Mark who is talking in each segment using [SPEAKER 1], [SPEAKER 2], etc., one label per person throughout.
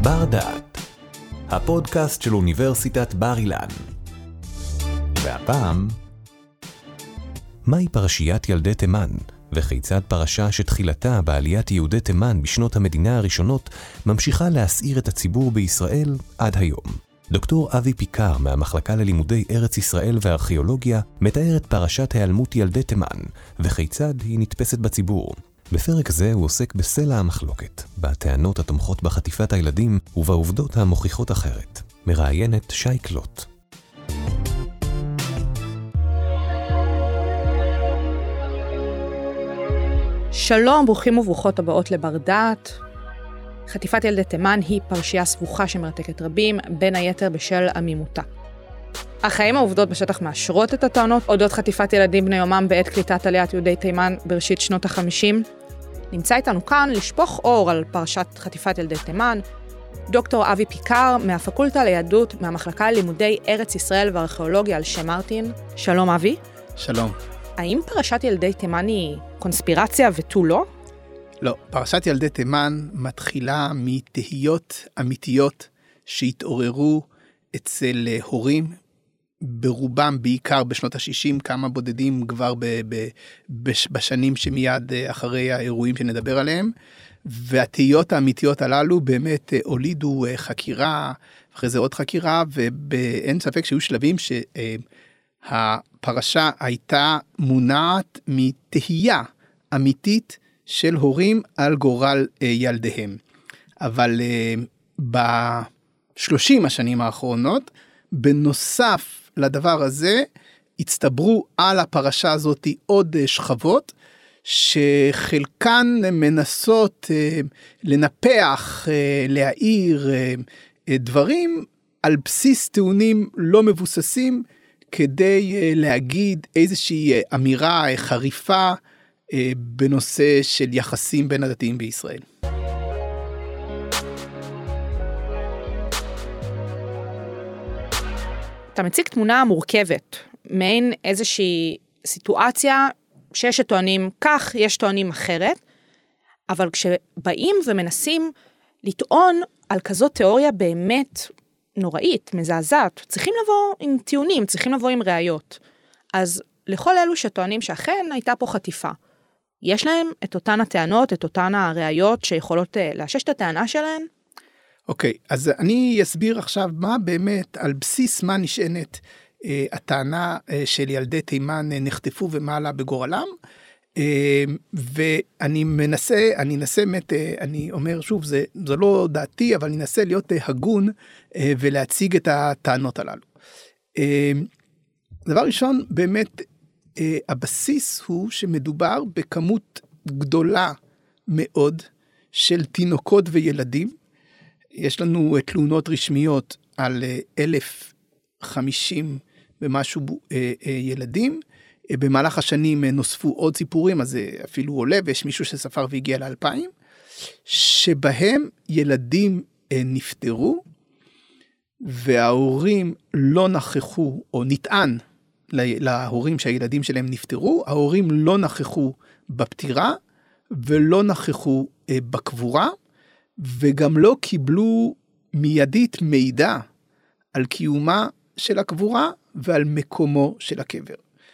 [SPEAKER 1] בר דעת, הפודקאסט של אוניברסיטת בר אילן. והפעם, מהי פרשיית ילדי תימן, וכיצד פרשה שתחילתה בעליית יהודי תימן בשנות המדינה הראשונות ממשיכה להסעיר את הציבור בישראל עד היום. דוקטור אבי פיקר מהמחלקה ללימודי ארץ ישראל וארכיאולוגיה מתאר את פרשת היעלמות ילדי תימן וכיצד היא נתפסת בציבור. בפרק זה הוא עוסק בסלע המחלוקת, בטענות התומכות בחטיפת הילדים ובעובדות המוכיחות אחרת. מראיינת שי קלוט.
[SPEAKER 2] שלום, ברוכים וברוכות הבאות לבר דעת. חטיפת ילדי תימן היא פרשייה סבוכה שמרתקת רבים, בין היתר בשל עמימותה. אך האם העובדות בשטח מאשרות את הטענות אודות חטיפת ילדים בני יומם בעת קליטת עליית יהודי תימן בראשית שנות ה-50? נמצא איתנו כאן לשפוך אור על פרשת חטיפת ילדי תימן, דוקטור אבי פיקר מהפקולטה ליהדות מהמחלקה ללימודי ארץ ישראל וארכיאולוגיה על שם מרטין. שלום אבי.
[SPEAKER 3] שלום.
[SPEAKER 2] האם פרשת ילדי תימן היא קונספירציה ותו לא?
[SPEAKER 3] לא, פרשת ילדי תימן מתחילה מתהיות אמיתיות שהתעוררו אצל הורים, ברובם בעיקר בשנות ה-60, כמה בודדים כבר בשנים שמיד אחרי האירועים שנדבר עליהם, והתהיות האמיתיות הללו באמת הולידו חקירה, אחרי זה עוד חקירה, ואין ספק שהיו שלבים שהפרשה הייתה מונעת מתהייה אמיתית של הורים על גורל ילדיהם. אבל ב-30 השנים האחרונות, בנוסף לדבר הזה, הצטברו על הפרשה הזאת עוד שכבות, שחלקן מנסות לנפח, להעיר דברים על בסיס טיעונים לא מבוססים, כדי להגיד איזושהי אמירה חריפה בנושא של יחסים בין הדתיים בישראל.
[SPEAKER 2] אתה מציג תמונה מורכבת, מעין איזושהי סיטואציה שיש טוענים כך, יש טוענים אחרת, אבל כשבאים ומנסים לטעון על כזאת תיאוריה באמת נוראית, מזעזעת, צריכים לבוא עם טיעונים, צריכים לבוא עם ראיות. אז לכל אלו שטוענים שאכן הייתה פה חטיפה, יש להם את אותן הטענות, את אותן הראיות שיכולות לאשש את הטענה שלהן?
[SPEAKER 3] אוקיי, אז אני אסביר עכשיו מה באמת, על בסיס מה נשענת הטענה של ילדי תימן נחטפו ומעלה בגורלם, ואני אנסה באמת, אני אומר שוב, זה לא דעתי, אבל אני אנסה להיות הגון ולהציג את הטענות הללו. דבר ראשון, באמת, הבסיס הוא שמדובר בכמות גדולה מאוד של תינוקות וילדים. יש לנו תלונות רשמיות על 1,050 ומשהו ילדים. במהלך השנים נוספו עוד סיפורים, אז זה אפילו עולה, ויש מישהו שספר והגיע ל2,000, שבהם ילדים נפטרו, וההורים לא נכחו, או נטען להורים שהילדים שלהם נפטרו, ההורים לא נכחו בפטירה, ולא נכחו בקבורה, וגם לא קיבלו מיידית מידע על קיומה של הקבורה, ועל מקומו של הקבר.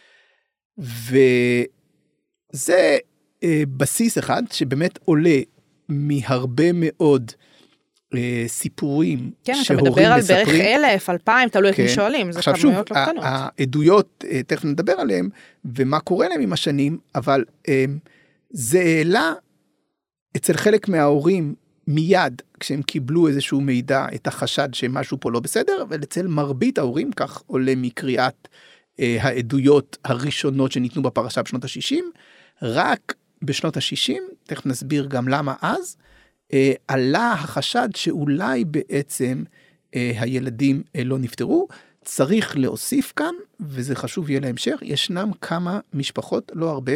[SPEAKER 3] וזה בסיס אחד, שבאמת עולה מהרבה מאוד סיפורים שהורים מספרים. כן, אתה מדבר על בערך
[SPEAKER 2] 1,000, 2,000, תלוי את מי שואלים, זה כמויות לא קטנות.
[SPEAKER 3] העדויות, תכף נדבר עליהן, ומה קורה להם עם השנים, אבל זה העלה אצל חלק מההורים מיד, כשהם קיבלו איזשהו מידע, את החשד שמשהו פה לא בסדר, אבל אצל מרבית ההורים, כך עולה מקריאת העדויות הראשונות שניתנו בפרשה בשנות ה-60, רק בשנות ה-60, תכף נסביר גם למה אז, עלה החשד שאולי בעצם הילדים לא נפטרו. צריך להוסיף כאן, וזה חשוב יהיה להמשך, ישנם כמה משפחות, לא הרבה,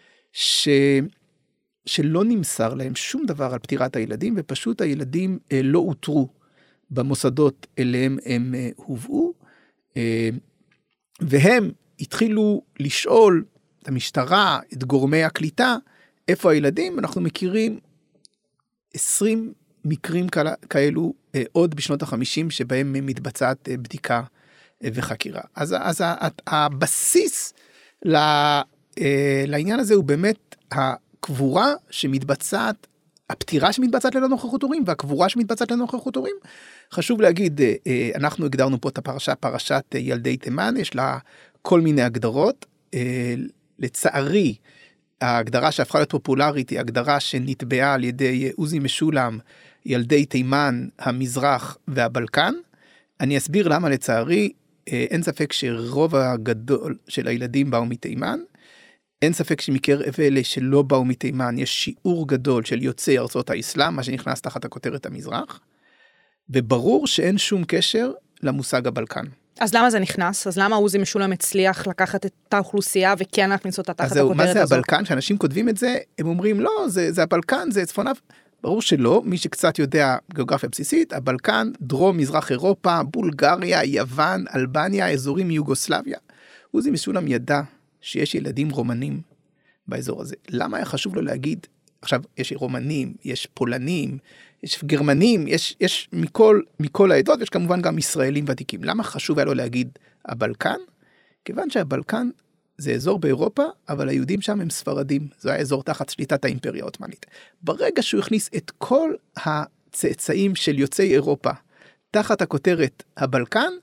[SPEAKER 3] שלא נמסר להם שום דבר על פטירת הילדים, ופשוט הילדים לא אותרו במוסדות אליהם הם הובאו, והם התחילו לשאול את המשטרה, את גורמי הקליטה, איפה הילדים? אנחנו מכירים 20 מקרים כאלו עוד בשנות ה-50 שבהם מתבצעת בדיקה וחקירה. אז הבסיס לעניין הזה הוא באמת הקבורה שמתבצעת, הפטירה שמתבצעת ללא נוכחות הורים והקבורה שמתבצעת ללא נוכחות הורים. חשוב להגיד, אנחנו הגדרנו פה את הפרשה, פרשת ילדי תימן, יש לה כל מיני הגדרות. לצערי, ההגדרה שהפכה להיות פופולרית היא הגדרה שנתבעה על ידי עוזי משולם, ילדי תימן, המזרח והבלקן. אני אסביר למה לצערי, אין ספק שרוב הגדול של הילדים באו מתימן, אין ספק שמקרב אלה שלא באו מתימן, יש שיעור גדול של יוצאי ארצות האסלאם, מה שנכנס תחת הכותרת המזרח, וברור שאין שום קשר למושג הבלקן.
[SPEAKER 2] אז למה זה נכנס? אז למה עוזי משולם הצליח לקחת את האוכלוסייה וכן להכניס אותה תחת הכותרת הזאת?
[SPEAKER 3] מה זה הבלקן? שאנשים כותבים את זה, הם אומרים לא, זה הבלקן, זה צפון אפריקה. ברור שלא, מי שקצת יודע גיאוגרפיה בסיסית, הבלקן, דרום, מזרח אירופה, בולגריה, יוון, אלבניה, אזורים מיוגוסלביה. עוזי משולם ידע שיש ילדים רומנים באזור הזה. למה היה חשוב לו להגיד, עכשיו יש רומנים, יש פולנים, יש גרמנים, יש מכל העדות, ויש כמובן גם ישראלים ותיקים. למה חשוב היה לו להגיד הבלקן? כיוון שהבלקן זה אזור באירופה, אבל היהודים שם הם ספרדים. זה היה אזור תחת שליטת האימפריה העות'מאנית. ברגע שהוא הכניס את כל הצאצאים של יוצאי אירופה תחת הכותרת הבלקן,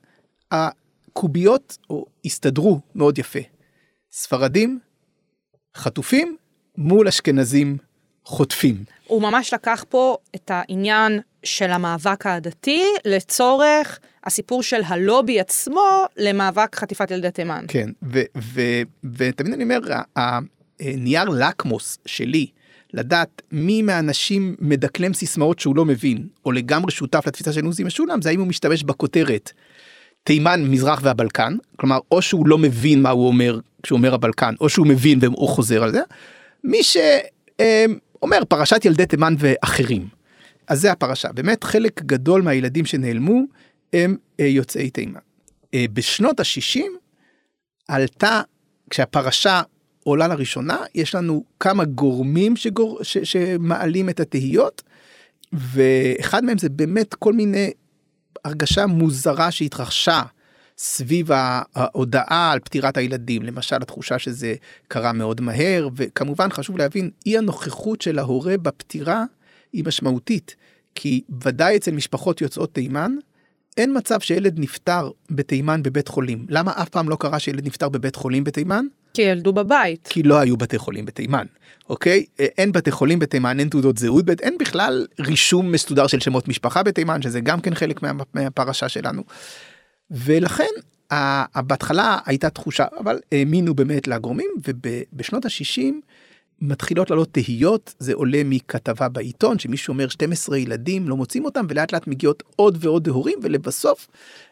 [SPEAKER 3] הקוביות הסתדרו מאוד יפה. ספרדים, חטופים, מול אשכנזים חוטפים.
[SPEAKER 2] הוא ממש לקח פה את העניין של המאבק העדתי לצורך הסיפור של הלובי עצמו למאבק חטיפת ילדי תימן.
[SPEAKER 3] כן, ותמיד אני אומר, הנייר לקמוס שלי, לדעת מי מהאנשים מדקלם סיסמאות שהוא לא מבין, או לגמרי שותף לתפיסה של עוזי משולם, זה האם הוא משתמש בכותרת תימן, מזרח והבלקן, כלומר, או שהוא לא מבין מה הוא אומר כשהוא אומר הבלקן, או שהוא מבין והוא חוזר על זה, מי שאומר פרשת ילדי תימן ואחרים. אז זה הפרשה. באמת חלק גדול מהילדים שנעלמו הם יוצאי תימן. בשנות ה-60 עלתה, כשהפרשה עולה לראשונה, יש לנו כמה גורמים שמעלים את התהיות, ואחד מהם זה באמת כל מיני הרגשה מוזרה שהתרחשה סביב ההודעה על פטירת הילדים, למשל התחושה שזה קרה מאוד מהר, וכמובן חשוב להבין, אי הנוכחות של ההורה בפטירה היא משמעותית, כי ודאי אצל משפחות יוצאות תימן, אין מצב שילד נפטר בתימן בבית חולים. למה אף פעם לא קרה שילד נפטר בבית חולים בתימן?
[SPEAKER 2] כי ילדו בבית.
[SPEAKER 3] כי לא היו בתי חולים בתימן, אוקיי? אין בתי חולים בתימן, אין תעודות זהות, אין בכלל רישום מסודר של שמות משפחה בתימן, שזה גם כן חלק מהפרשה שלנו. ולכן, בהתחלה הייתה תחושה, אבל האמינו באמת לגורמים, ובשנות ה-60 מתחילות לעלות תהיות, זה עולה מכתבה בעיתון, שמישהו אומר 12 ילדים, לא מוצאים אותם, ולאט לאט מגיעות עוד ועוד הורים, ולבסוף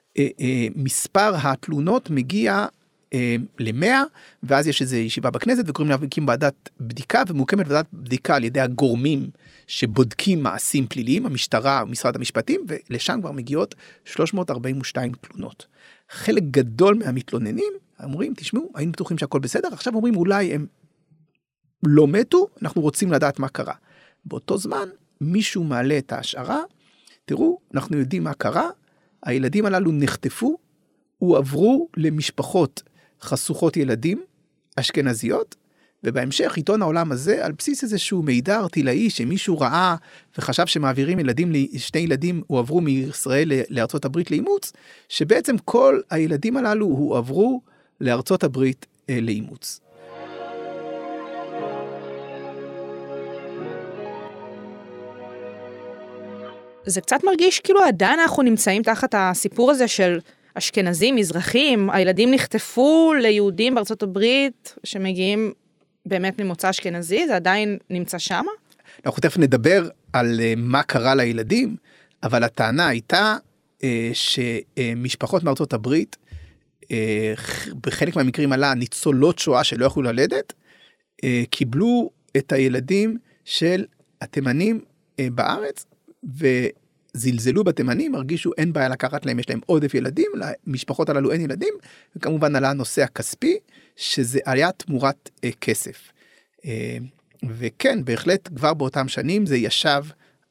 [SPEAKER 3] מספר התלונות מגיע ל100, ואז יש איזו ישיבה בכנסת, וקוראים להקים ועדת בדיקה, ומוקמת ועדת בדיקה על ידי הגורמים שבודקים מעשים פליליים, המשטרה ומשרד המשפטים, ולשם כבר מגיעות 342 תלונות. חלק גדול מהמתלוננים אומרים, תשמעו, היינו בטוחים שהכל בסדר, עכשיו אומרים אולי הם לא מתו, אנחנו רוצים לדעת מה קרה. באותו זמן מישהו מעלה את ההשערה, תראו, אנחנו יודעים מה קרה, הילדים הללו נחטפו, הועברו למשפחות חסוכות ילדים, אשכנזיות, ובהמשך עיתון העולם הזה, על בסיס איזשהו מידע ארטילאי שמישהו ראה וחשב שמעבירים ילדים, שני ילדים הועברו מישראל לארצות הברית לאימוץ, שבעצם כל הילדים הללו הועברו לארצות הברית לאימוץ.
[SPEAKER 2] זה קצת מרגיש כאילו עדיין אנחנו נמצאים תחת הסיפור הזה של אשכנזים, מזרחים, הילדים נחטפו ליהודים בארצות הברית שמגיעים באמת ממוצא אשכנזי, זה עדיין נמצא שם?
[SPEAKER 3] אנחנו תכף נדבר על מה קרה לילדים, אבל הטענה הייתה שמשפחות מארצות הברית, בחלק מהמקרים עלה ניצולות שואה שלא יכלו ללדת, קיבלו את הילדים של התימנים בארץ, וזלזלו בתימנים, הרגישו אין בעיה לקחת להם, יש להם עודף ילדים, למשפחות הללו אין ילדים, וכמובן עלה הנושא הכספי, שזה היה תמורת כסף. וכן, בהחלט כבר באותם שנים זה ישב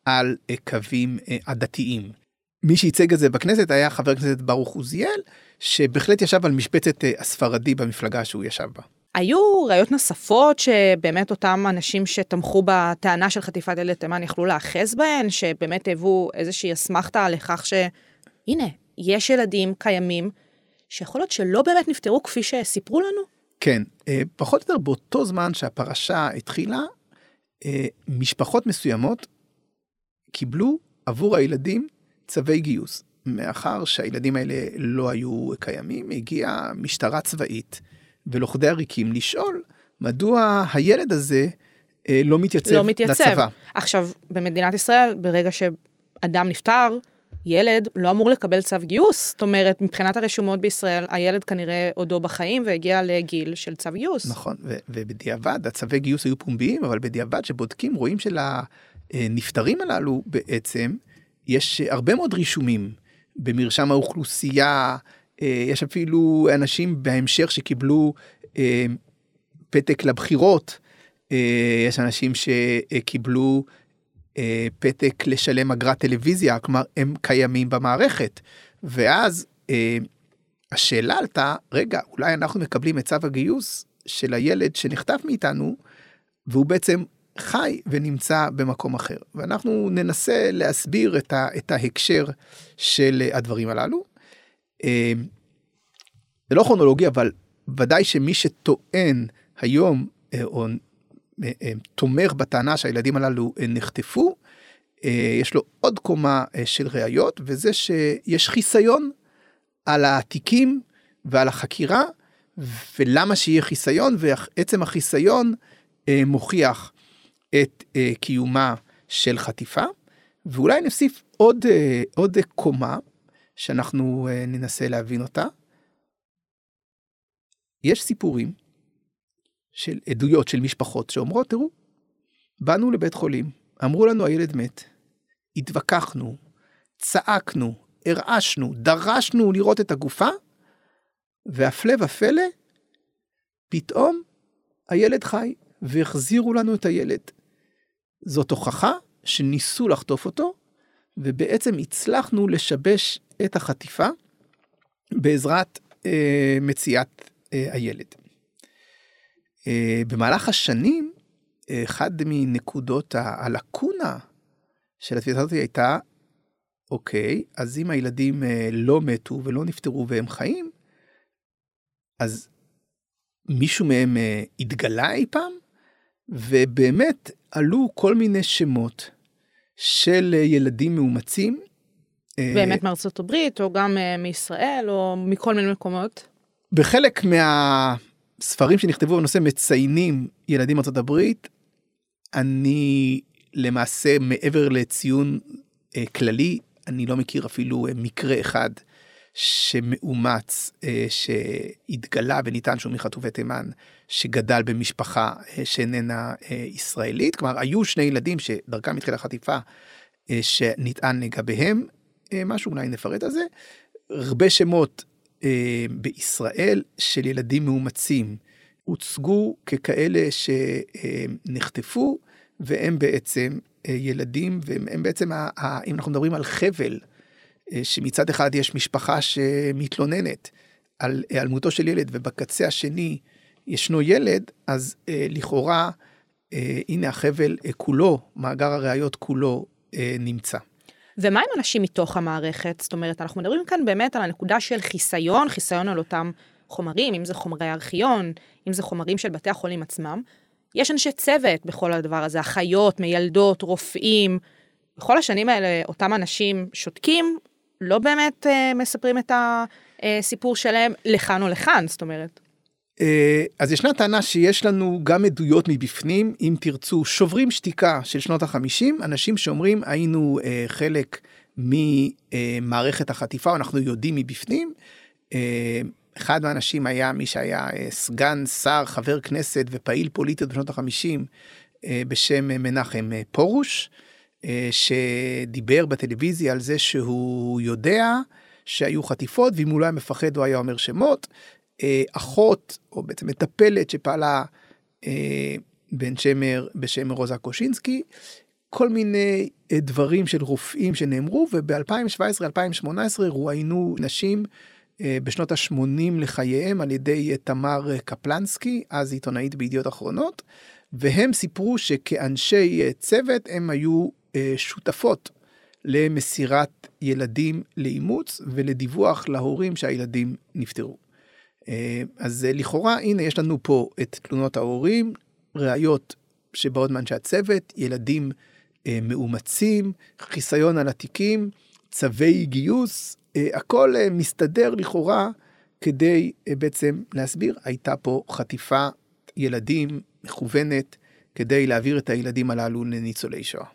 [SPEAKER 3] על קווים עדתיים. מי שייצג את זה בכנסת היה חבר הכנסת ברוך עוזיאל, שבהחלט ישב על משבצת הספרדי במפלגה שהוא ישב בה.
[SPEAKER 2] היו ראיות נוספות שבאמת אותם אנשים שתמכו בטענה של חטיפת ילדי תימן יכלו לאחז בהן, שבאמת הבאו איזושהי אסמכתה לכך שהנה, יש ילדים קיימים, שיכול להיות שלא באמת נפטרו כפי שסיפרו לנו?
[SPEAKER 3] כן, פחות או יותר באותו זמן שהפרשה התחילה, משפחות מסוימות קיבלו עבור הילדים צווי גיוס. מאחר שהילדים האלה לא היו קיימים, הגיעה משטרה צבאית ולוכדי עריקים לשאול מדוע הילד הזה לא מתייצב לצבא.
[SPEAKER 2] עכשיו, במדינת ישראל, ברגע שאדם נפטר, ילד לא אמור לקבל צו גיוס. זאת אומרת, מבחינת הרשומות בישראל, הילד כנראה עודו בחיים והגיע לגיל של צו גיוס.
[SPEAKER 3] נכון, ובדיעבד, הצווי גיוס היו פומביים, אבל בדיעבד שבודקים, רואים שלנפטרים הללו בעצם, יש הרבה מאוד רישומים במרשם האוכלוסייה, יש אפילו אנשים בהמשך שקיבלו פתק לבחירות, יש אנשים שקיבלו פתק לשלם אגרת טלוויזיה, כלומר הם קיימים במערכת, ואז השאלה עלתה, רגע, אולי אנחנו מקבלים את צו הגיוס של הילד שנחטף מאיתנו, והוא בעצם חי ונמצא במקום אחר, ואנחנו ננסה להסביר את ההקשר של הדברים הללו. זה לא כרונולוגי, אבל ודאי שמי שטוען היום, או תומך בטענה שהילדים הללו נחטפו, יש לו עוד קומה של ראיות, וזה שיש חיסיון על התיקים ועל החקירה, ולמה שיהיה חיסיון, ועצם החיסיון מוכיח את קיומה של חטיפה, ואולי נוסיף עוד קומה, שאנחנו ננסה להבין אותה. יש סיפורים, של עדויות של משפחות שאומרות, תראו, באנו לבית חולים, אמרו לנו הילד מת, התווכחנו, צעקנו, הרעשנו, דרשנו לראות את הגופה, והפלא ופלא, פתאום הילד חי, והחזירו לנו את הילד. זאת הוכחה שניסו לחטוף אותו, ובעצם הצלחנו לשבש את החטיפה, בעזרת מציאת הילד. במהלך השנים, אחד מנקודות הלקונה של התפיסה הזאת הייתה, אוקיי, אז אם הילדים לא מתו ולא נפטרו והם חיים, אז מישהו מהם התגלה אי פעם, ובאמת עלו כל מיני שמות של ילדים מאומצים.
[SPEAKER 2] באמת מארצות הברית, או גם מישראל, או מכל מיני מקומות.
[SPEAKER 3] בחלק ספרים שנכתבו בנושא מציינים ילדים מארצות הברית, אני למעשה מעבר לציון כללי, אני לא מכיר אפילו מקרה אחד שמאומץ, שהתגלה וניתן שהוא מחטופי תימן, שגדל במשפחה שאיננה ישראלית, כלומר היו שני ילדים שדרכם התחילה חטיפה, שנטען לגביהם משהו, אולי נפרט על זה, הרבה שמות בישראל של ילדים מאומצים הוצגו ככאלה שנחטפו, והם בעצם ילדים, והם בעצם, אם אנחנו מדברים על חבל, שמצד אחד יש משפחה שמתלוננת על היעלמותו של ילד, ובקצה השני ישנו ילד, אז לכאורה, הנה החבל כולו, מאגר הראיות כולו נמצא.
[SPEAKER 2] ומה עם אנשים מתוך המערכת? זאת אומרת, אנחנו מדברים כאן באמת על הנקודה של חיסיון, חיסיון על אותם חומרים, אם זה חומרי ארכיון, אם זה חומרים של בתי החולים עצמם. יש אנשי צוות בכל הדבר הזה, אחיות, מיילדות, רופאים. בכל השנים האלה, אותם אנשים שותקים, לא באמת מספרים את הסיפור שלהם לכאן או לכאן, זאת אומרת.
[SPEAKER 3] אז ישנה טענה שיש לנו גם עדויות מבפנים, אם תרצו, שוברים שתיקה של שנות ה-50, אנשים שאומרים, היינו חלק ממערכת החטיפה, אנחנו יודעים מבפנים, אחד מהאנשים היה מי שהיה סגן שר, חבר כנסת ופעיל פוליטי בשנות ה-50, בשם מנחם פורוש, שדיבר בטלוויזיה על זה שהוא יודע שהיו חטיפות, ואם הוא לא היה מפחד הוא היה אומר שמות, אחות, או בעצם מטפלת שפעלה בן שמר בשם רוזה קושינסקי, כל מיני דברים של רופאים שנאמרו, וב-2017-2018 רואיינו נשים בשנות ה-80 לחייהם על ידי תמר קפלנסקי, אז עיתונאית בידיעות אחרונות, והם סיפרו שכאנשי צוות הם היו שותפות למסירת ילדים לאימוץ ולדיווח להורים שהילדים נפטרו. אז לכאורה, הנה יש לנו פה את תלונות ההורים, ראיות שבאות מאנשי הצוות, ילדים מאומצים, חיסיון על התיקים, צווי גיוס, הכל מסתדר לכאורה כדי בעצם להסביר, הייתה פה חטיפה ילדים מכוונת כדי להעביר את הילדים הללו לניצולי שואה.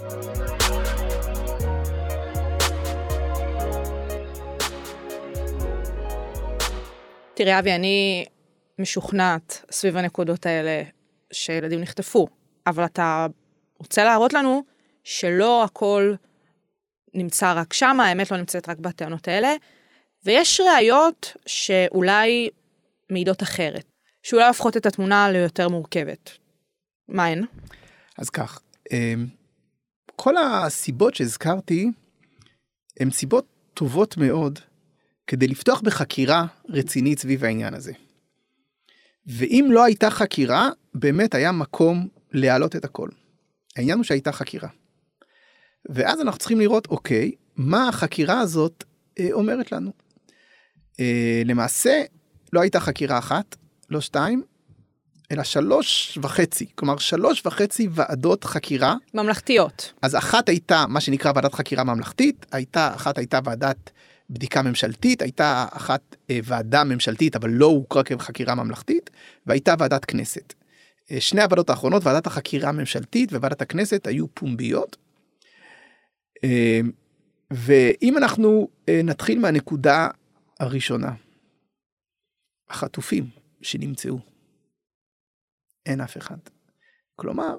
[SPEAKER 2] תראה אבי, אני משוכנעת סביב הנקודות האלה שילדים נחטפו, אבל אתה רוצה להראות לנו שלא הכל נמצא רק שם, האמת לא נמצאת רק בטענות האלה, ויש ראיות שאולי מעידות אחרת, שאולי הופכות את התמונה ליותר מורכבת. מה הן?
[SPEAKER 3] אז כך, כל הסיבות שהזכרתי, הן סיבות טובות מאוד, כדי לפתוח בחקירה רצינית סביב העניין הזה. ואם לא הייתה חקירה, באמת היה מקום להעלות את הכל. העניין הוא שהייתה חקירה. ואז אנחנו צריכים לראות, אוקיי, מה החקירה הזאת אומרת לנו. למעשה, לא הייתה חקירה אחת, לא 2, אלא 3.5, כלומר 3.5 ועדות חקירה.
[SPEAKER 2] ממלכתיות.
[SPEAKER 3] אז אחת הייתה מה שנקרא ועדת חקירה ממלכתית, אחת הייתה ועדת בדיקה ממשלתית, הייתה אחת ועדה ממשלתית, אבל לא הוכרה כחקירה ממלכתית, והייתה ועדת כנסת. שני הוועדות האחרונות, ועדת החקירה הממשלתית וועדת הכנסת היו פומביות. ואם אנחנו נתחיל מהנקודה הראשונה, החטופים שנמצאו, אין אף אחד. כלומר,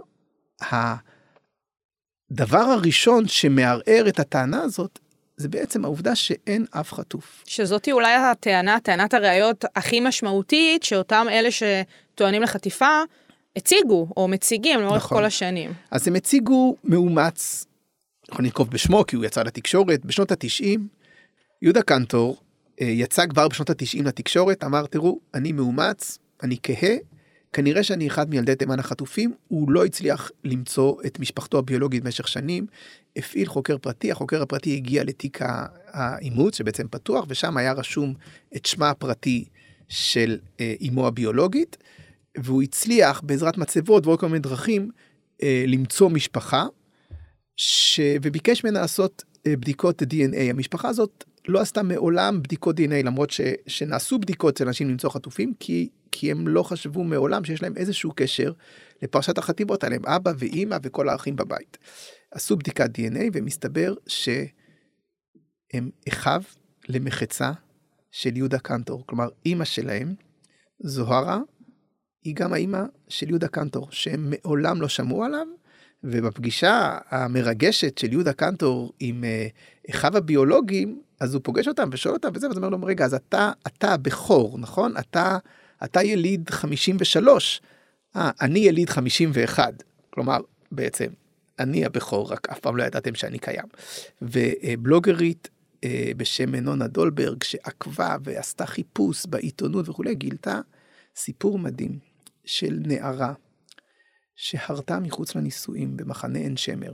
[SPEAKER 3] הדבר הראשון שמערער את הטענה הזאת, זה בעצם העובדה שאין אף חטוף.
[SPEAKER 2] שזאת אולי טענת הראיות הכי משמעותית, שאותם אלה שטוענים לחטיפה, הציגו או מציגים לאורך
[SPEAKER 3] נכון.
[SPEAKER 2] כל השנים.
[SPEAKER 3] אז הם הציגו מאומץ, אנחנו ננקוב בשמו כי הוא יצא לתקשורת, בשנות ה-90, יהודה קנטור יצא כבר בשנות ה-90 לתקשורת, אמר תראו, אני מאומץ, אני כהה, כנראה שאני אחד מילדי תימן החטופים, הוא לא הצליח למצוא את משפחתו הביולוגית במשך שנים, הפעיל חוקר פרטי, החוקר הפרטי הגיע לתיק האימוץ שבעצם פתוח, ושם היה רשום את שמה הפרטי של אימו הביולוגית, והוא הצליח בעזרת מצבות ועוד כל מיני דרכים למצוא משפחה, וביקש ממנה לעשות בדיקות DNA. המשפחה הזאת לא עשתה מעולם בדיקות DNA, למרות שנעשו בדיקות של אנשים למצוא חטופים, כי הם לא חשבו מעולם שיש להם איזשהו קשר לפרשת החטיפות עליהם, אבא ואמא וכל האחים בבית. עשו בדיקת DNA ומסתבר שהם אחיו למחצה של יהודה קנטור, כלומר אמא שלהם, זוהרה, היא גם האמא של יהודה קנטור, שהם מעולם לא שמעו עליו, ובפגישה המרגשת של יהודה קנטור עם אחיו הביולוגיים, אז הוא פוגש אותם ושואל אותם וזה, ואז אומר לו, רגע, אז אתה בכור, נכון? אתה יליד 53, אני יליד 51, כלומר, בעצם, אני הבכור, רק אף פעם לא ידעתם שאני קיים. ובלוגרית בשם נונה דולברג, שעקבה ועשתה חיפוש בעיתונות וכו', גילתה סיפור מדהים של נערה, שהרתה מחוץ לנישואים במחנה עין שמר.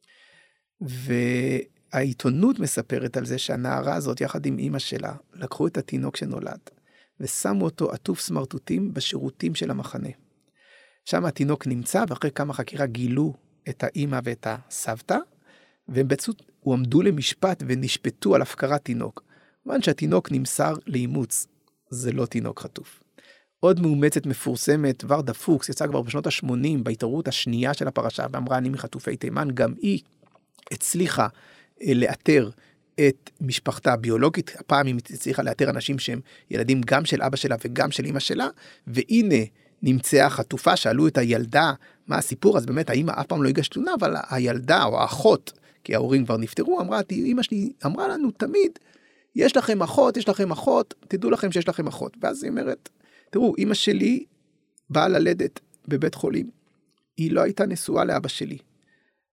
[SPEAKER 3] והעיתונות מספרת על זה שהנערה הזאת, יחד עם אמא שלה, לקחו את התינוק שנולד, ושמו אותו עטוף סמרטוטים בשירותים של המחנה. שם התינוק נמצא, ואחרי כמה חקירה גילו את האמא ואת הסבתא, והם בעצם הועמדו למשפט ונשפטו על הפקרת תינוק. כמובן שהתינוק נמסר לאימוץ, זה לא תינוק חטוף. עוד מאומצת מפורסמת, ורדה פוקס, יצאה כבר בשנות ה-80, בהתעוררות השנייה של הפרשה, ואמרה אני מחטופי תימן, גם היא הצליחה לאתר את משפחתה הביולוגית, הפעם היא הצליחה לאתר אנשים שהם ילדים גם של אבא שלה וגם של אמא שלה, והנה נמצאה חטופה, שאלו את הילדה מה הסיפור, אז באמת האמא אף פעם לא הגש תלונה, אבל הילדה או האחות, כי ההורים כבר נפטרו, אמרה, אמא שלי אמרה לנו תמיד, יש לכם אחות, תדעו לכם שיש לכם אחות, ואז היא אומרת, תראו, אמא שלי באה ללדת בבית חולים, היא לא הייתה נשואה לאבא שלי,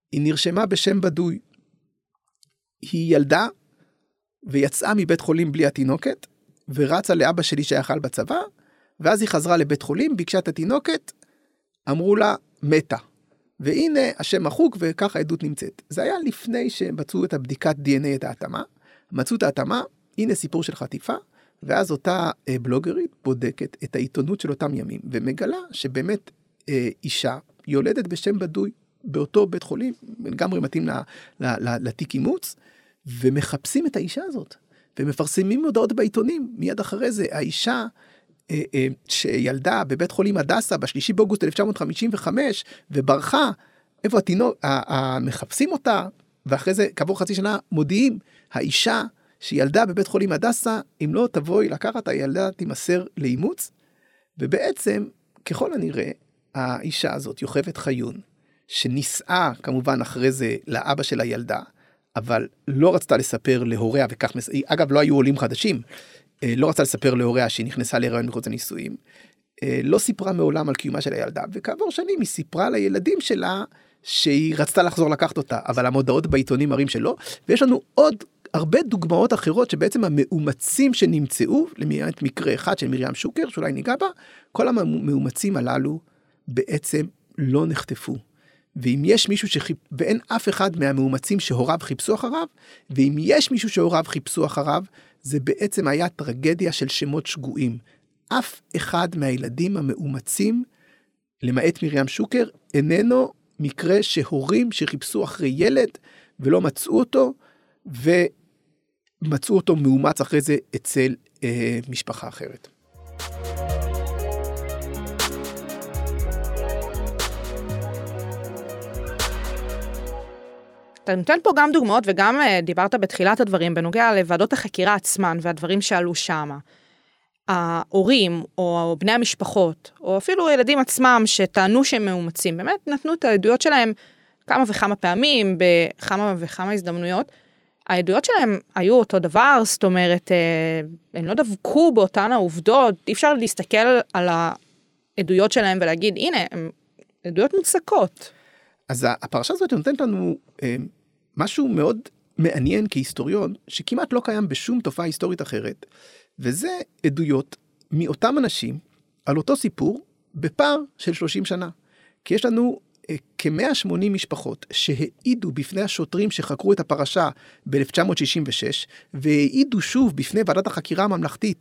[SPEAKER 3] היא נרשמה בשם בדוי. היא ילדה ויצאה מבית חולים בלי התינוקת, ורצה לאבא שלי שיחל בצבא, ואז היא חזרה לבית חולים, ביקשה את התינוקת, אמרו לה, מתה. והנה השם מחוק, וככה העדות נמצאת. זה היה לפני שמצאו את הבדיקת DNA, את ההתאמה. מצאו את ההתאמה, הנה סיפור של חטיפה, ואז אותה בלוגרית בודקת את העיתונות של אותם ימים, ומגלה שבאמת אישה יולדת בשם בדוי, באותו בית חולים, לגמרי מתאים לתיק אימוץ, ומחפשים את האישה הזאת, ומפרסמים הודעות בעיתונים, מיד אחרי זה, האישה שילדה בבית חולים הדסה, ב3 באוגוסט 1955, וברחה, איפה התינוק, מחפשים אותה, ואחרי זה, כעבור חצי שנה, מודיעים, האישה שילדה בבית חולים הדסה, אם לא תבואי לקחת, הילדה תימסר לאימוץ, ובעצם, ככל הנראה, האישה הזאת, יוכבד חיון, שנישאה כמובן אחרי זה לאבא של הילדה, אבל לא רצתה לספר להוריה, וכך, אגב לא היו עולים חדשים, לא רצתה לספר להוריה שהיא נכנסה להיריון מחוץ לנישואים, לא סיפרה מעולם על קיומה של הילדה, וכעבור שנים היא סיפרה לילדים שלה, שהיא רצתה לחזור לקחת אותה, אבל המודעות בעיתונים מראים שלא, ויש לנו עוד הרבה דוגמאות אחרות, שבעצם המאומצים שנמצאו, למעט מקרה אחד של מרים שוקר, שאולי ניגע בה, כל המאומצים הללו, בעצם לא נחטפו. ואם יש מישהו ואין אף אחד מהמאומצים שהוריו חיפשו אחריו, ואם יש מישהו שהוריו חיפשו אחריו, זה בעצם היה טרגדיה של שמות שגויים. אף אחד מהילדים המאומצים, למעט מרים שוקר, איננו מקרה שהורים שחיפשו אחרי ילד, ולא מצאו אותו, ומצאו אותו מאומץ אחרי זה אצל משפחה אחרת.
[SPEAKER 2] אתה נותן פה גם דוגמאות, וגם דיברת בתחילת הדברים, בנוגע לוועדות החקירה עצמן, והדברים שעלו שם. ההורים, או בני המשפחות, או אפילו ילדים עצמם, שטענו שהם מאומצים, באמת נתנו את העדויות שלהם כמה וכמה פעמים, בכמה וכמה הזדמנויות. העדויות שלהם היו אותו דבר, זאת אומרת, הם לא דבקו באותן העובדות, אי אפשר להסתכל על העדויות שלהם ולהגיד, הנה, הן עדויות מוצקות.
[SPEAKER 3] אז הפרשה הזאת נותנת לנו משהו מאוד מעניין כהיסטוריון, שכמעט לא קיים בשום תופעה היסטורית אחרת, וזה עדויות מאותם אנשים על אותו סיפור בפער של 30 שנה. כי יש לנו כ-180 משפחות שהעידו בפני השוטרים שחקרו את הפרשה ב-1966, והעידו שוב בפני ועדת החקירה הממלכתית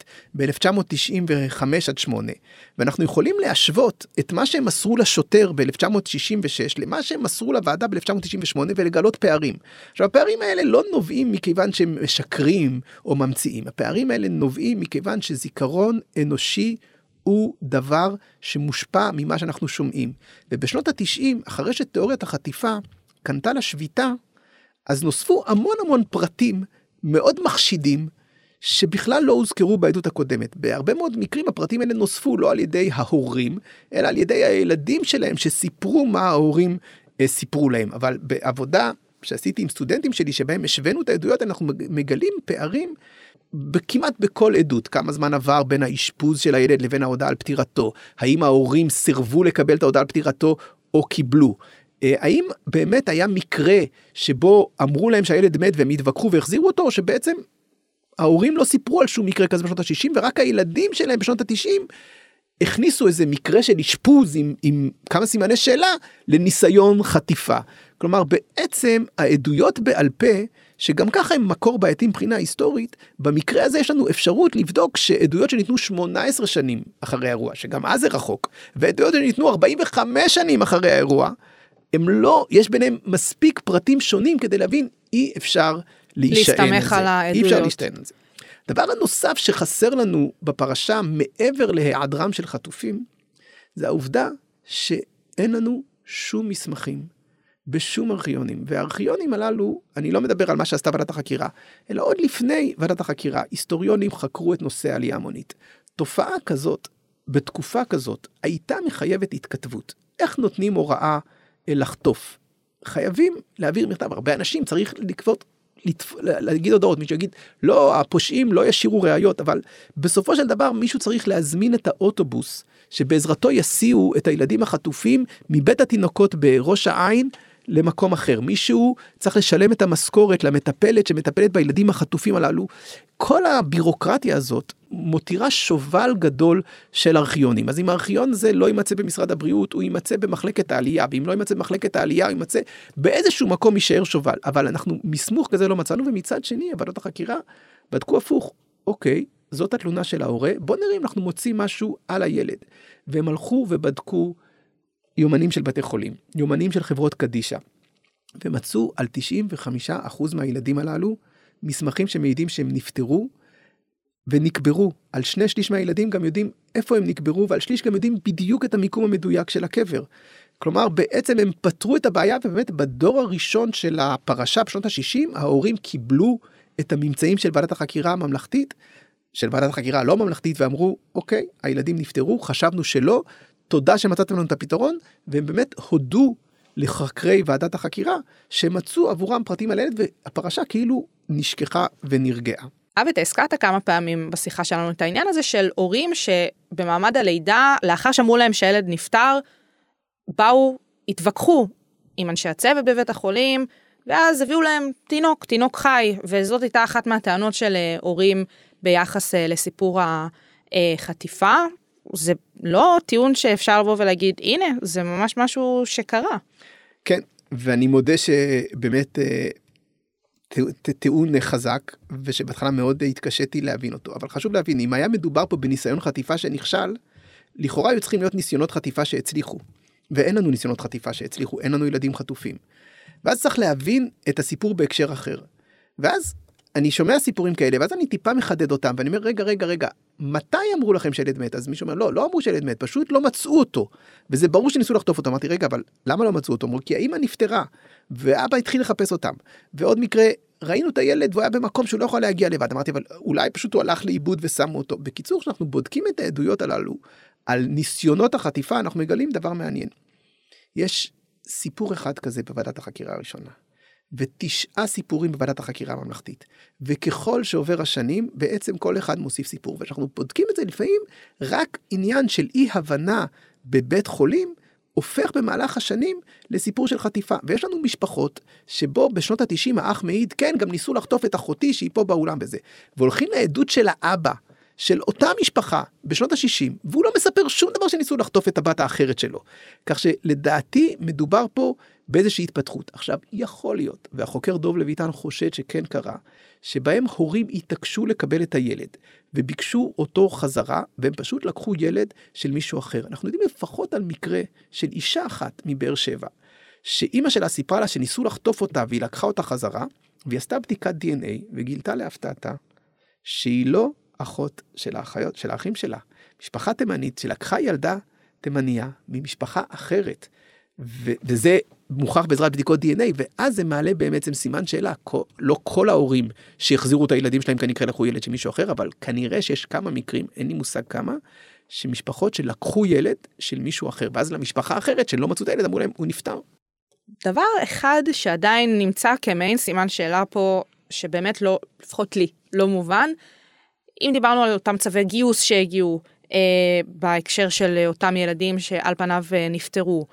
[SPEAKER 3] ב-1995 עד 8. ואנחנו יכולים להשוות את מה שהם מסרו לשוטר ב-1966 למה שהם מסרו לוועדה ב-1998 ולגלות פערים. עכשיו, הפערים האלה לא נובעים מכיוון שהם משקרים או ממציאים. הפערים האלה נובעים מכיוון שזיכרון אנושי הוא דבר שמושפע ממה שאנחנו שומעים. ובשנות ה-90, אחרי שתיאוריית החטיפה קנתה לשביתה, אז נוספו המון פרטים מאוד מחשידים, שבכלל לא הוזכרו בעדות הקודמת. בהרבה מאוד מקרים הפרטים האלה נוספו לא על ידי ההורים, אלא על ידי הילדים שלהם, שסיפרו מה ההורים סיפרו להם. אבל בעבודה שעשיתי עם סטודנטים שלי, שבהם השווינו את העדויות, אנחנו מגלים פערים כמעט בכל עדות, כמה זמן עבר בין האשפוז של הילד לבין ההודעה על פטירתו, האם ההורים סירבו לקבל את ההודעה על פטירתו או קיבלו, האם באמת היה מקרה שבו אמרו להם שהילד מת והם התווכחו והחזירו אותו, או שבעצם ההורים לא סיפרו על שום מקרה כזה בשנות ה-60, ורק הילדים שלהם בשנות ה-90 הכניסו איזה מקרה של אשפוז עם כמה סימני שאלה לניסיון חטיפה. כלומר, בעצם העדויות בעל פה, שגם ככה הם מקור בעייתי מבחינה היסטורית, במקרה הזה יש לנו אפשרות לבדוק שעדויות שניתנו 18 שנים אחרי האירוע, שגם אז זה רחוק, ועדויות שניתנו 45 שנים אחרי האירוע, הם לא, יש ביניהם מספיק פרטים שונים כדי להבין, אי אפשר להישען על זה. אי אפשר להשתען על זה. דבר הנוסף שחסר לנו בפרשה, מעבר להיעדרם של חטופים, זה העובדה שאין לנו שום מסמכים, בשום ארכיונים, והארכיונים הללו, אני לא מדבר על מה שעשתה ועדת החקירה, אלא עוד לפני ועדת החקירה, היסטוריונים חקרו את נושא העלייה המונית. תופעה כזאת, בתקופה כזאת, הייתה מחייבת התכתבות. איך נותנים הוראה לחטוף? חייבים להעביר מכתב, הרבה אנשים צריך להגיד הודעות, מישהו יגיד, לא, הפושעים לא ישירו ראיות, אבל בסופו של דבר מישהו צריך להזמין את האוטובוס, שבעזרתו יסיעו את הילדים החטופים מבית התינוקות בראש העין, למקום אחר, מישהו צריך לשלם את המשכורת למטפלת שמטפלת בילדים החטופים הללו, כל הבירוקרטיה הזאת מותירה שובל גדול של ארכיונים. אז אם הארכיון זה לא יימצא במשרד הבריאות, הוא יימצא במחלקת העלייה, ואם לא יימצא במחלקת העלייה, הוא יימצא באיזשהו מקום יישאר שובל. אבל אנחנו מסמוך כזה לא מצאנו, ומצד שני, ועדות החקירה בדקו הפוך. אוקיי, זאת התלונה של ההורה, בוא נראה אם אנחנו מוצאים משהו על הילד. והם הלכו ובדקו יומנים של בתי חולים, יומנים של חברות קדישה, ומצאו על 95% מהילדים הללו, מסמכים שמעידים שהם נפטרו, ונקברו. על 2/3 מהילדים גם יודעים איפה הם נקברו, ועל 1/3 גם יודעים בדיוק את המיקום המדויק של הקבר. כלומר, בעצם הם פתרו את הבעיה, ובאמת בדור הראשון של הפרשה בשנות ה-60, ההורים קיבלו את הממצאים של ועדת החקירה הממלכתית, של ועדת החקירה הלא ממלכתית, ואמרו, אוקיי, הילדים נפטרו, חשבנו שלא, תודה שמצאתם לנו את הפתרון, והם באמת הודו לחקרי ועדת החקירה, שמצאו עבורם פרטים על הילד, והפרשה כאילו נשכחה ונרגעה.
[SPEAKER 2] אתה הזכרת כמה פעמים בשיחה שלנו את העניין הזה של הורים שבמעמד הלידה, לאחר שאמרו להם שהילד נפטר, באו, התווכחו עם אנשי הצוות בבית החולים, ואז הביאו להם תינוק חי, וזאת הייתה אחת מהטענות של הורים ביחס לסיפור החטיפה. זה לא טיעון שאפשר לבוא ולהגיד, הנה, זה ממש משהו שקרה.
[SPEAKER 3] כן, ואני מודה שבאמת טיעון חזק, ושבהתחלה מאוד התקשיתי להבין אותו, אבל חשוב להבין, אם היה מדובר פה בניסיון חטיפה שנכשל, לכאורה היו צריכים להיות ניסיונות חטיפה שהצליחו, ואין לנו ניסיונות חטיפה שהצליחו, אין לנו ילדים חטופים. ואז צריך להבין את הסיפור בהקשר אחר. ואז אני שומע סיפורים כאלה, ואז אני טיפה מחדד אותם, ואני אומר, רגע, מתי אמרו לכם שילד מת? אז מישהו אומר, לא אמרו שילד מת, פשוט לא מצאו אותו. וזה ברור שניסו לחטוף אותו. אמרתי, רגע, אבל למה לא מצאו אותו? אמרו, כי האמא נפטרה, ואבא התחיל לחפש אותם. ועוד מקרה, ראינו את הילד, והוא היה במקום שהוא לא יכול להגיע לבד. אמרתי, אבל אולי פשוט הוא הלך לאיבוד ושמו אותו. בקיצור, כשאנחנו בודקים את העדויות הללו, על ניסיונות החטיפה, אנחנו מגלים דבר מעניין. יש סיפור אחד כזה בוועדת החקירה הראשונה. ו9 סיפורים בוועדת החקירה הממלכתית. וככל שעובר השנים, בעצם כל אחד מוסיף סיפור. ואנחנו בודקים את זה לפעמים, רק עניין של אי הבנה בבית חולים, הופך במהלך השנים לסיפור של חטיפה. ויש לנו משפחות שבו בשנות ה-90 האח מעיד, כן, גם ניסו לחטוף את אחותי שהיא פה באולם בזה. והולכים לעדות של האבא, של אותה משפחה בשנות ה-60, והוא לא מספר שום דבר שניסו לחטוף את הבת האחרת שלו. כך שלדעתי מדובר פה באיזושהי התפתחות. עכשיו, יכול להיות, והחוקר דוב לויטן חושד שכן קרה, שבהם הורים התעקשו לקבל את הילד, וביקשו אותו חזרה, והם פשוט לקחו ילד של מישהו אחר. אנחנו יודעים לפחות על מקרה של אישה אחת מבאר שבע, שאימא שלה סיפרה לה שניסו לחטוף אותה, והיא לקחה אותה חזרה, והיא עשתה בדיקת DNA, וגילתה להפתעתה, שהיא לא אחות של האחיות, של האחים שלה. משפחה תימנית שלקחה ילדה תימניה ממשפחה אחרת, וזה מוכח בעזרת בדיקות DNA, ואז זה מעלה בעצם סימן שאלה, לא כל ההורים שהחזירו את הילדים שלהם כנראה לקחו ילד של מישהו אחר, אבל כנראה שיש כמה מקרים, אין לי מושג כמה, שמשפחות שלקחו ילד של מישהו אחר, ואז למשפחה אחרת שלא מצאו את הילד, אמרו להם, הוא נפטר.
[SPEAKER 2] דבר אחד שעדיין נמצא כמעין סימן שאלה פה, שבאמת לא, לפחות לי, לא מובן, אם דיברנו על אותם צווי גיוס שהגיעו, בהקשר של אותם ילדים שעל פניו נפטרו,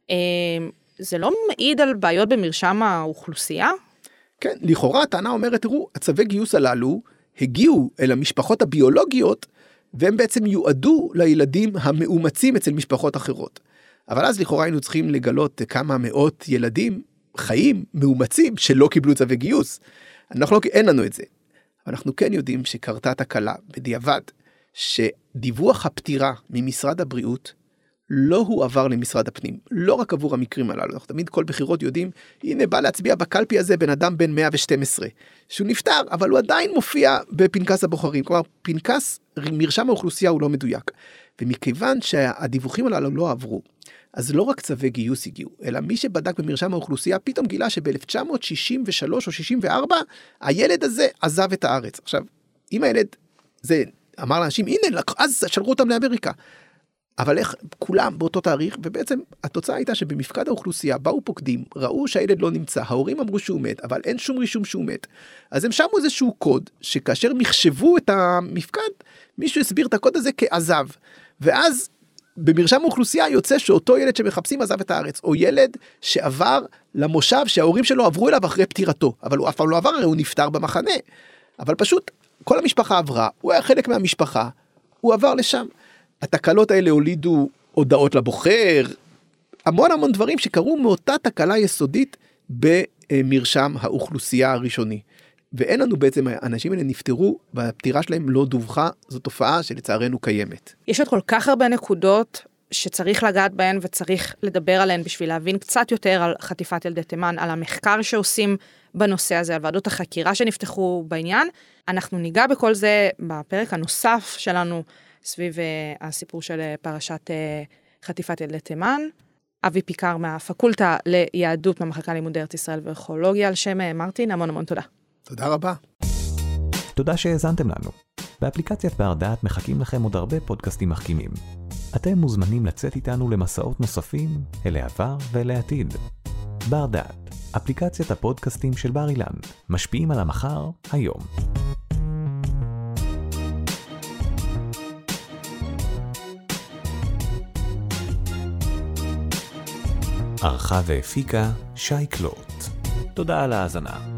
[SPEAKER 2] זה לא מעיד על בעיות במרשם האוכלוסייה?
[SPEAKER 3] כן, לכאורה הטענה אומרת, תראו, הצווי גיוס הללו הגיעו אל המשפחות הביולוגיות, והם בעצם יועדו לילדים המאומצים אצל משפחות אחרות. אבל אז לכאורה היינו צריכים לגלות כמה מאות ילדים חיים מאומצים שלא קיבלו צווי גיוס. אין לנו את זה. אבל אנחנו כן יודעים שקרתה תקלה בדיעבד, שדיווח הפטירה ממשרד הבריאות לא הועבר למשרד הפנים, לא רק עבור המקרים הללו. אנחנו תמיד כל בחירות יודעים, הנה בא להצביע בקלפי הזה בן אדם בן 112, שהוא נפטר, אבל הוא עדיין מופיע בפנקס הבוחרים. כלומר, פנקס, מרשם האוכלוסייה הוא לא מדויק. ומכיוון שהדיווחים הללו לא עברו, אז לא רק צווי גיוס הגיעו, אלא מי שבדק במרשם האוכלוסייה, פתאום גילה שב-1963 או 64, הילד הזה עזב את הארץ. עכשיו, אם הילד, זה אמר לאנשים, הנה, אז שלחו אותם לאמריקה. אבל איך כולם באותו תאריך, ובעצם התוצאה הייתה שבמפקד האוכלוסייה באו פוקדים, ראו שהילד לא נמצא, ההורים אמרו שהוא מת, אבל אין שום רישום שהוא מת. אז הם שמו איזשהו קוד, שכאשר מחשבו את המפקד, מישהו הסביר את הקוד הזה כעזב. ואז במרשם האוכלוסייה יוצא שאותו ילד שמחפשים עזב את הארץ, או ילד שעבר למושב שההורים שלו עברו אליו אחרי פטירתו, אבל הוא אף פעם לא עבר, הרי הוא נפטר במחנה, אבל פשוט כל המשפחה עברה, הוא היה חלק מהמשפחה, הוא עבר לשם. התקלות האלה הולידו הודעות לבוחר, המון דברים שקרו מאותה תקלה יסודית במרשם האוכלוסייה הראשוני. ואין לנו בעצם, האנשים האלה נפטרו, והפטירה שלהם לא דווחה, זו תופעה שלצערנו קיימת.
[SPEAKER 2] יש עוד כל כך הרבה נקודות שצריך לגעת בהן וצריך לדבר עליהן בשביל להבין קצת יותר על חטיפת ילדי תימן, על המחקר שעושים בנושא הזה, על ועדות החקירה שנפתחו בעניין. אנחנו ניגע בכל זה בפרק הנוסף שלנו סביב הסיפור של פרשת חטיפת ילדי תימן. אבי פיקר מהפקולטה ליהדות במחלקה לימודי ארץ ישראל וארכיאולוגיה, על שם מרטין, המון תודה.
[SPEAKER 3] תודה רבה.
[SPEAKER 1] תודה שהאזנתם לנו. באפליקציית בר דעת מחכים לכם עוד הרבה פודקאסטים מחכימים. אתם מוזמנים לצאת איתנו למסעות נוספים אל העבר ואל העתיד. בר דעת, אפליקציית הפודקאסטים של בר אילן, משפיעים על המחר היום. ערכה והפיקה שי קלוט. תודה על ההאזנה.